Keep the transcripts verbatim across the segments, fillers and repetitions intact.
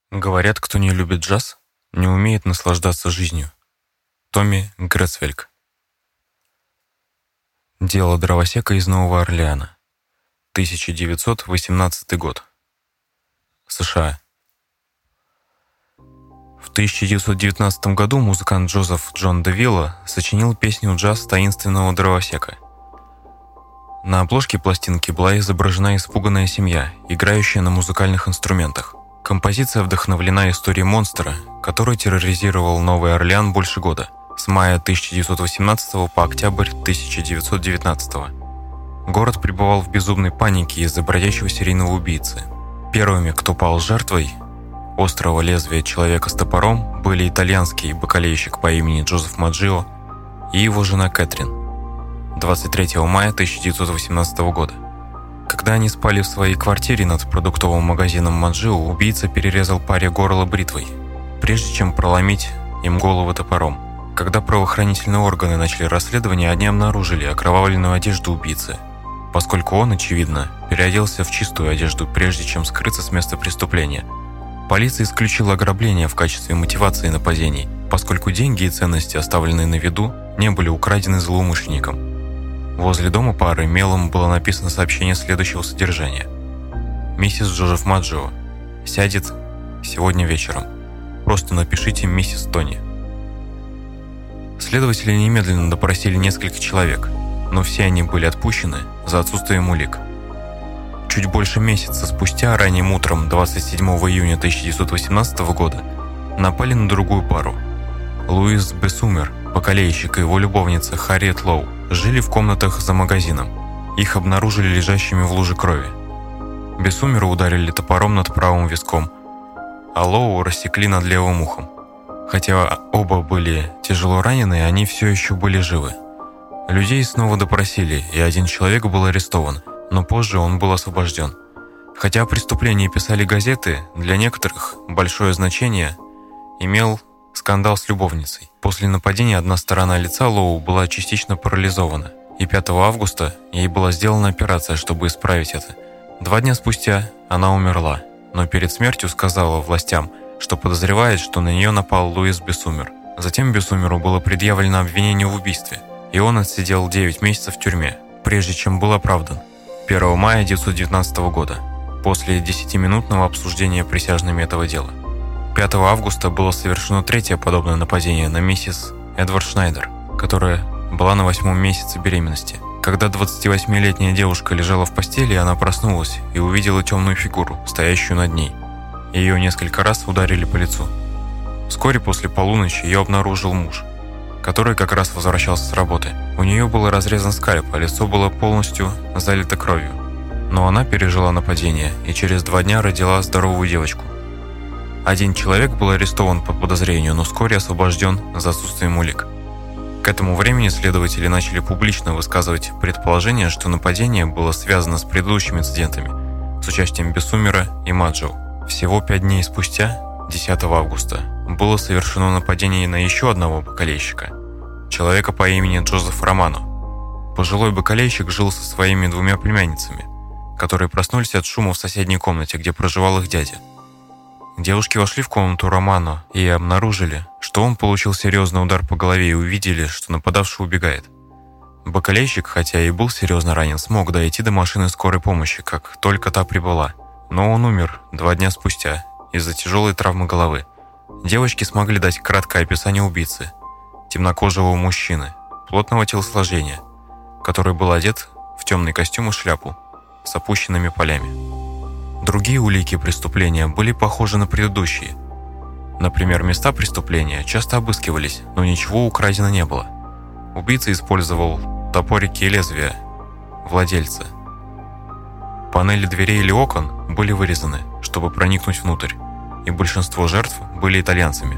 Говорят, кто не любит джаз, не умеет наслаждаться жизнью. Томми Грецвельк. Дело дровосека из Нового Орлеана. тысяча девятьсот восемнадцатый год. США. В тысяча девятьсот девятнадцатом году музыкант Джозеф Джон Девилла сочинил песню «Джаз таинственного дровосека». На обложке пластинки была изображена испуганная семья, играющая на музыкальных инструментах. Композиция вдохновлена историей монстра, который терроризировал Новый Орлеан больше года, с мая тысяча девятьсот восемнадцатого по октябрь тысяча девятьсот девятнадцатого. Город пребывал в безумной панике из-за бродячего серийного убийцы. Первыми, кто пал жертвой острого лезвия человека с топором, были итальянский бакалейщик по имени Джозеф Маджио и его жена Кэтрин. двадцать третьего мая тысяча девятьсот восемнадцатого года. Когда они спали в своей квартире над продуктовым магазином Маджио, убийца перерезал паре горло бритвой, прежде чем проломить им голову топором. Когда правоохранительные органы начали расследование, они обнаружили окровавленную одежду убийцы, поскольку он, очевидно, переоделся в чистую одежду, прежде чем скрыться с места преступления. Полиция исключила ограбление в качестве мотивации нападений, поскольку деньги и ценности, оставленные на виду, не были украдены злоумышленником. Возле дома пары мелом было написано сообщение следующего содержания. «Миссис Джозеф Маджио сядет сегодня вечером. Просто напишите миссис Тони». Следователи немедленно допросили несколько человек, но все они были отпущены за отсутствием улик. Чуть больше месяца спустя, ранним утром двадцать седьмого июня тысяча девятьсот восемнадцатого года, напали на другую пару. Луис Бессумер, бакалейщик, и его любовница Харриет Лоу жили в комнатах за магазином. Их обнаружили лежащими в луже крови. Бессумера ударили топором над правым виском, а Лоу рассекли над левым ухом. Хотя оба были тяжело ранены, они все еще были живы. Людей снова допросили, и один человек был арестован, но позже он был освобожден. Хотя о преступлении писали газеты, для некоторых большое значение имел скандал с любовницей. После нападения одна сторона лица Лоу была частично парализована, и пятого августа ей была сделана операция, чтобы исправить это. Два дня спустя она умерла, но перед смертью сказала властям, что подозревает, что на нее напал Луис Бессумер. Затем Бессумеру было предъявлено обвинение в убийстве, и он отсидел девять месяцев в тюрьме, прежде чем был оправдан первого мая тысяча девятьсот девятнадцатого года, после десятиминутного обсуждения присяжными этого дела. пятого августа было совершено третье подобное нападение на миссис Эдвард Шнайдер, которая была на восьмом месяце беременности. Когда двадцативосьмилетняя девушка лежала в постели, она проснулась и увидела темную фигуру, стоящую над ней. Ее несколько раз ударили по лицу. Вскоре после полуночи ее обнаружил муж, который как раз возвращался с работы. У нее был разрезан скальп, а лицо было полностью залито кровью. Но она пережила нападение и через два дня родила здоровую девочку. Один человек был арестован по подозрению, но вскоре освобожден за отсутствием улик. К этому времени следователи начали публично высказывать предположение, что нападение было связано с предыдущими инцидентами с участием Бессумера и Маджио. Всего пять дней спустя, десятого августа, было совершено нападение на еще одного бакалейщика, человека по имени Джозеф Романо. Пожилой бакалейщик жил со своими двумя племянницами, которые проснулись от шума в соседней комнате, где проживал их дядя. Девушки вошли в комнату Романо и обнаружили, что он получил серьезный удар по голове, и увидели, что нападавший убегает. Бакалейщик, хотя и был серьезно ранен, смог дойти до машины скорой помощи, как только та прибыла, но он умер два дня спустя из-за тяжелой травмы головы. Девочки смогли дать краткое описание убийцы, темнокожего мужчины, плотного телосложения, который был одет в темный костюм и шляпу с опущенными полями. Другие улики преступления были похожи на предыдущие. Например, места преступления часто обыскивались, но ничего украдено не было. Убийца использовал топорики и лезвия владельца. Панели дверей или окон были вырезаны, чтобы проникнуть внутрь, и большинство жертв были итальянцами.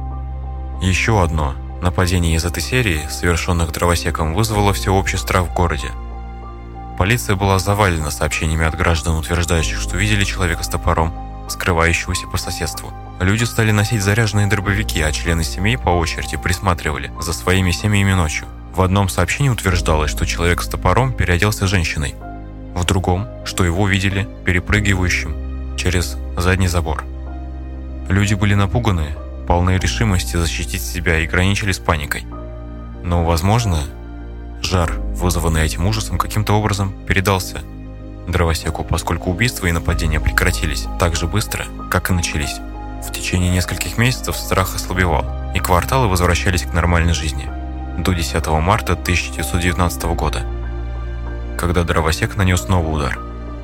Еще одно нападение из этой серии, совершенных дровосеком, вызвало всеобщий страх в городе. Полиция была завалена сообщениями от граждан, утверждающих, что видели человека с топором, скрывающегося по соседству. Люди стали носить заряженные дробовики, а члены семей по очереди присматривали за своими семьями ночью. В одном сообщении утверждалось, что человек с топором переоделся женщиной. В другом, что его видели перепрыгивающим через задний забор. Люди были напуганы, полны решимости защитить себя и граничили с паникой. Но, возможно, жар, вызванный этим ужасом, каким-то образом передался дровосеку, поскольку убийства и нападения прекратились так же быстро, как и начались. В течение нескольких месяцев страх ослабевал, и кварталы возвращались к нормальной жизни. До десятого марта тысяча девятьсот девятнадцатого года, когда дровосек нанес новый удар.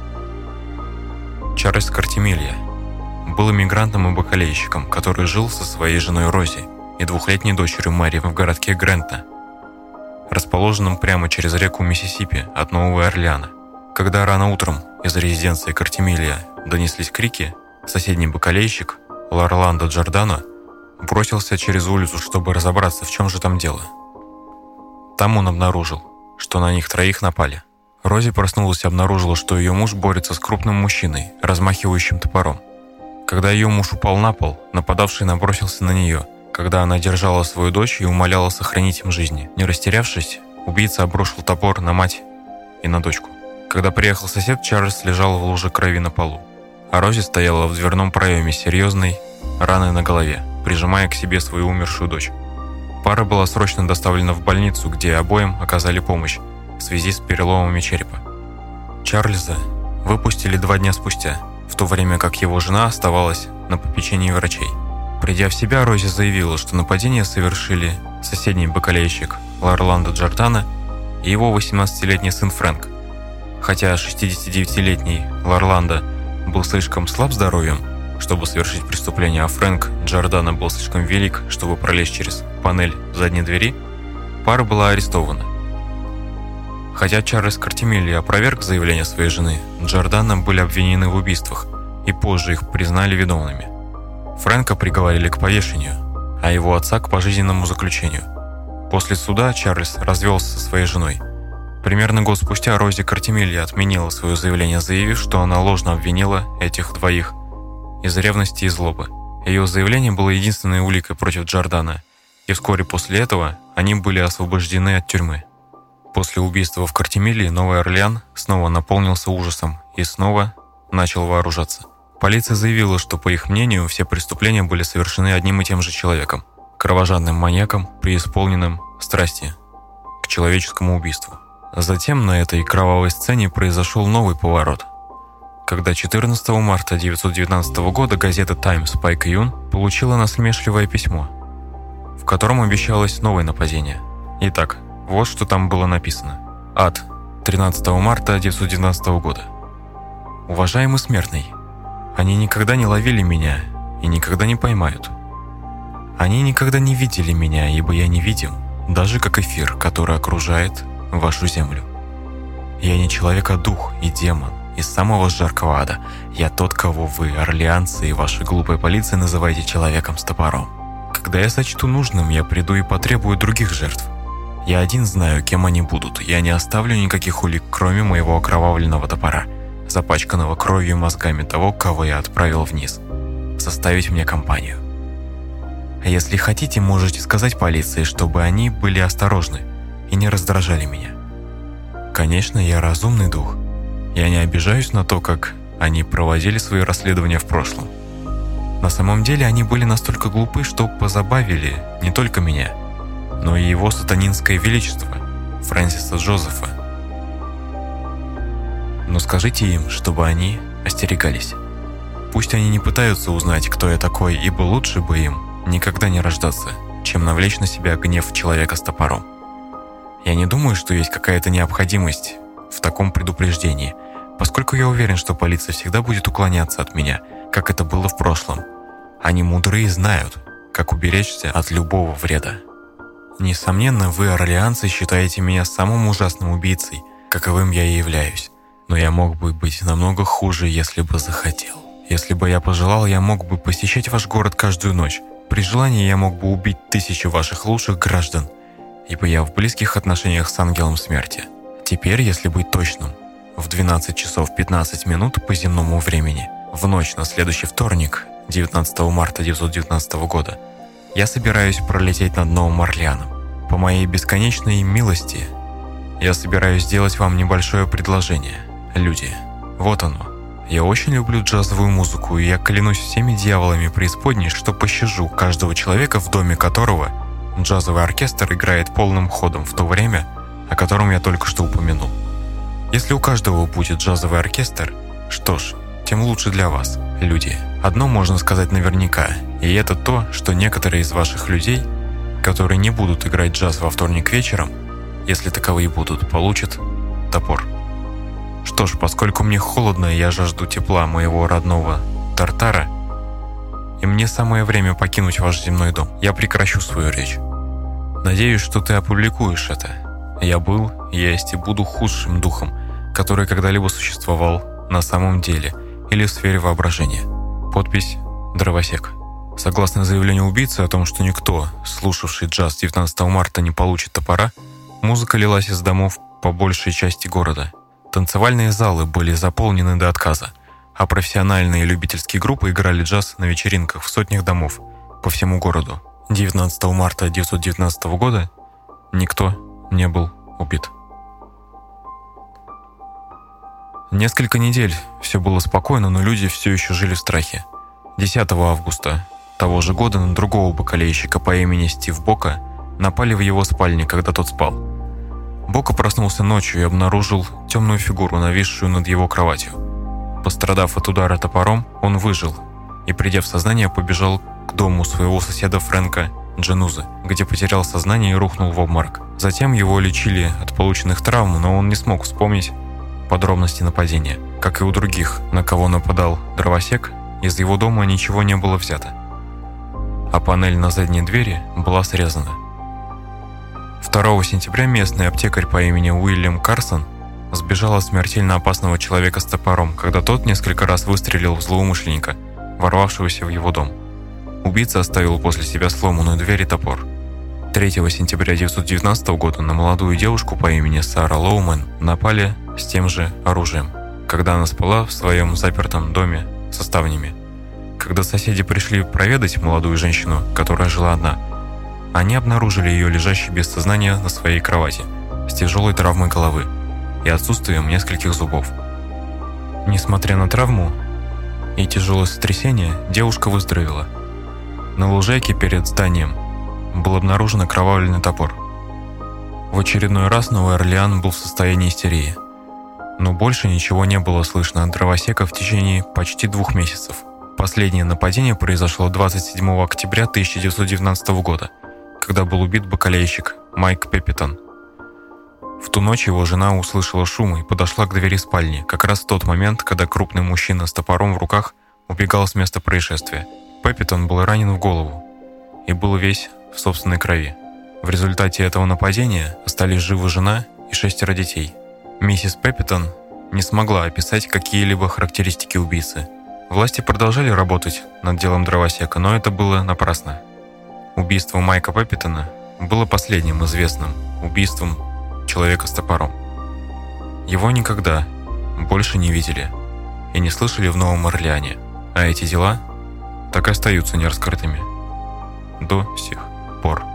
Чарльз Картемилья был иммигрантом и бакалейщиком, который жил со своей женой Рози и двухлетней дочерью Мэри в городке Грентон, расположенном прямо через реку Миссисипи от Нового Орлеана. Когда рано утром из резиденции Картемилья донеслись крики, соседний бакалейщик Лорландо Джордано бросился через улицу, чтобы разобраться, в чем же там дело. Там он обнаружил, что на них троих напали. Рози проснулась и обнаружила, что ее муж борется с крупным мужчиной, размахивающим топором. Когда ее муж упал на пол, нападавший набросился на нее, когда она держала свою дочь и умоляла сохранить им жизни. Не растерявшись, убийца обрушил топор на мать и на дочку. Когда приехал сосед, Чарльз лежал в луже крови на полу, а Рози стояла в дверном проеме с серьезной раной на голове, прижимая к себе свою умершую дочь. Пара была срочно доставлена в больницу, где обоим оказали помощь в связи с переломами черепа. Чарльза выпустили два дня спустя, в то время как его жена оставалась на попечении врачей. Придя в себя, Рози заявила, что нападение совершили соседний бакалейщик Лорландо Джордано и его восемнадцатилетний сын Фрэнк. Хотя шестидесятидевятилетний Лорландо был слишком слаб здоровьем, чтобы совершить преступление, а Фрэнк Джордано был слишком велик, чтобы пролезть через панель задней двери, пара была арестована. Хотя Чарльз Картемилья опроверг заявление своей жены, Джордано были обвинены в убийствах, и позже их признали виновными. Фрэнка приговорили к повешению, а его отца к пожизненному заключению. После суда Чарльз развелся со своей женой. Примерно год спустя Рози Картемилья отменила свое заявление, заявив, что она ложно обвинила этих двоих из ревности и злобы. Ее заявление было единственной уликой против Джордано, и вскоре после этого они были освобождены от тюрьмы. После убийства в Картемилье Новый Орлеан снова наполнился ужасом и снова начал вооружаться. Полиция заявила, что, по их мнению, все преступления были совершены одним и тем же человеком – кровожадным маньяком, преисполненным страсти к человеческому убийству. Затем на этой кровавой сцене произошел новый поворот, когда четырнадцатого марта тысяча девятьсот девятнадцатого года газета «Таймс» Пайк-Юн получила насмешливое письмо, в котором обещалось новое нападение. Итак, вот что там было написано. Ад. тринадцатого марта тысяча девятьсот девятнадцатого года. Уважаемый смертный, они никогда не ловили меня и никогда не поймают. Они никогда не видели меня, ибо я невидим, даже как эфир, который окружает вашу землю. Я не человек, а дух и демон из самого жаркого ада. Я тот, кого вы, орлеанцы и ваша глупая полиция, называете человеком с топором. Когда я сочту нужным, я приду и потребую других жертв. Я один знаю, кем они будут. Я не оставлю никаких улик, кроме моего окровавленного топора, запачканного кровью и мозгами того, кого я отправил вниз, составить мне компанию. А если хотите, можете сказать полиции, чтобы они были осторожны и не раздражали меня. Конечно, я разумный дух. Я не обижаюсь на то, как они проводили свои расследования в прошлом. На самом деле они были настолько глупы, что позабавили не только меня, но и его сатанинское величество, Фрэнсиса Джозефа. Но скажите им, чтобы они остерегались. Пусть они не пытаются узнать, кто я такой, ибо лучше бы им никогда не рождаться, чем навлечь на себя гнев человека с топором. Я не думаю, что есть какая-то необходимость в таком предупреждении, поскольку я уверен, что полиция всегда будет уклоняться от меня, как это было в прошлом. Они мудры и знают, как уберечься от любого вреда. Несомненно, вы, орлеанцы, считаете меня самым ужасным убийцей, каковым я и являюсь. Но я мог бы быть намного хуже, если бы захотел. Если бы я пожелал, я мог бы посещать ваш город каждую ночь. При желании я мог бы убить тысячи ваших лучших граждан, ибо я в близких отношениях с ангелом смерти. Теперь, если быть точным, в двенадцать часов пятнадцать минут по земному времени, в ночь на следующий вторник, девятнадцатого марта тысяча девятьсот девятнадцатого года, я собираюсь пролететь над Новым Орлеаном. По моей бесконечной милости, я собираюсь сделать вам небольшое предложение. Люди, вот оно. Я очень люблю джазовую музыку, и я клянусь всеми дьяволами преисподней, что пощажу каждого человека, в доме которого джазовый оркестр играет полным ходом в то время, о котором я только что упомянул. Если у каждого будет джазовый оркестр, что ж, тем лучше для вас, люди. Одно можно сказать наверняка, и это то, что некоторые из ваших людей, которые не будут играть джаз во вторник вечером, если таковые будут, получат топор. Что ж, поскольку мне холодно и я жажду тепла моего родного Тартара, и мне самое время покинуть ваш земной дом, я прекращу свою речь. Надеюсь, что ты опубликуешь это. Я был, есть и буду худшим духом, который когда-либо существовал на самом деле или в сфере воображения. Подпись «Дровосек». Согласно заявлению убийцы о том, что никто, слушавший джаз девятнадцатого марта, не получит топора, музыка лилась из домов по большей части города. Танцевальные залы были заполнены до отказа, а профессиональные любительские группы играли джаз на вечеринках в сотнях домов по всему городу. девятнадцатого марта тысяча девятьсот девятнадцатого года никто не был убит. Несколько недель все было спокойно, но люди все еще жили в страхе. десятого августа того же года на другого бакалейщика по имени Стив Бока напали в его спальне, когда тот спал. Бока проснулся ночью и обнаружил темную фигуру, нависшую над его кроватью. Пострадав от удара топором, он выжил и, придя в сознание, побежал к дому своего соседа Фрэнка Джанузы, где потерял сознание и рухнул в обморок. Затем его лечили от полученных травм, но он не смог вспомнить подробности нападения. Как и у других, на кого нападал дровосек, из его дома ничего не было взято, а панель на задней двери была срезана. второго сентября местный аптекарь по имени Уильям Карсон сбежал от смертельно опасного человека с топором, когда тот несколько раз выстрелил в злоумышленника, ворвавшегося в его дом. Убийца оставил после себя сломанную дверь и топор. третьего сентября тысяча девятьсот девятнадцатого года на молодую девушку по имени Сара Лоумен напали с тем же оружием, когда она спала в своем запертом доме со ставнями. Когда соседи пришли проведать молодую женщину, которая жила одна, они обнаружили ее лежащей без сознания на своей кровати, с тяжелой травмой головы и отсутствием нескольких зубов. Несмотря на травму и тяжелое сотрясение, девушка выздоровела. На лужайке перед зданием был обнаружен окровавленный топор. В очередной раз Новый Орлеан был в состоянии истерии, но больше ничего не было слышно от дровосека в течение почти двух месяцев. Последнее нападение произошло двадцать седьмого октября тысяча девятьсот девятнадцатого года, когда был убит бакалейщик Майк Пепитон. В ту ночь его жена услышала шум и подошла к двери спальни, как раз в тот момент, когда крупный мужчина с топором в руках убегал с места происшествия. Пепитон был ранен в голову и был весь в собственной крови. В результате этого нападения остались живы жена и шестеро детей. Миссис Пепитон не смогла описать какие-либо характеристики убийцы. Власти продолжали работать над делом дровосека, но это было напрасно. Убийство Майка Пепитона было последним известным убийством человека с топором. Его никогда больше не видели и не слышали в Новом Орлеане, а эти дела так и остаются нераскрытыми до сих пор.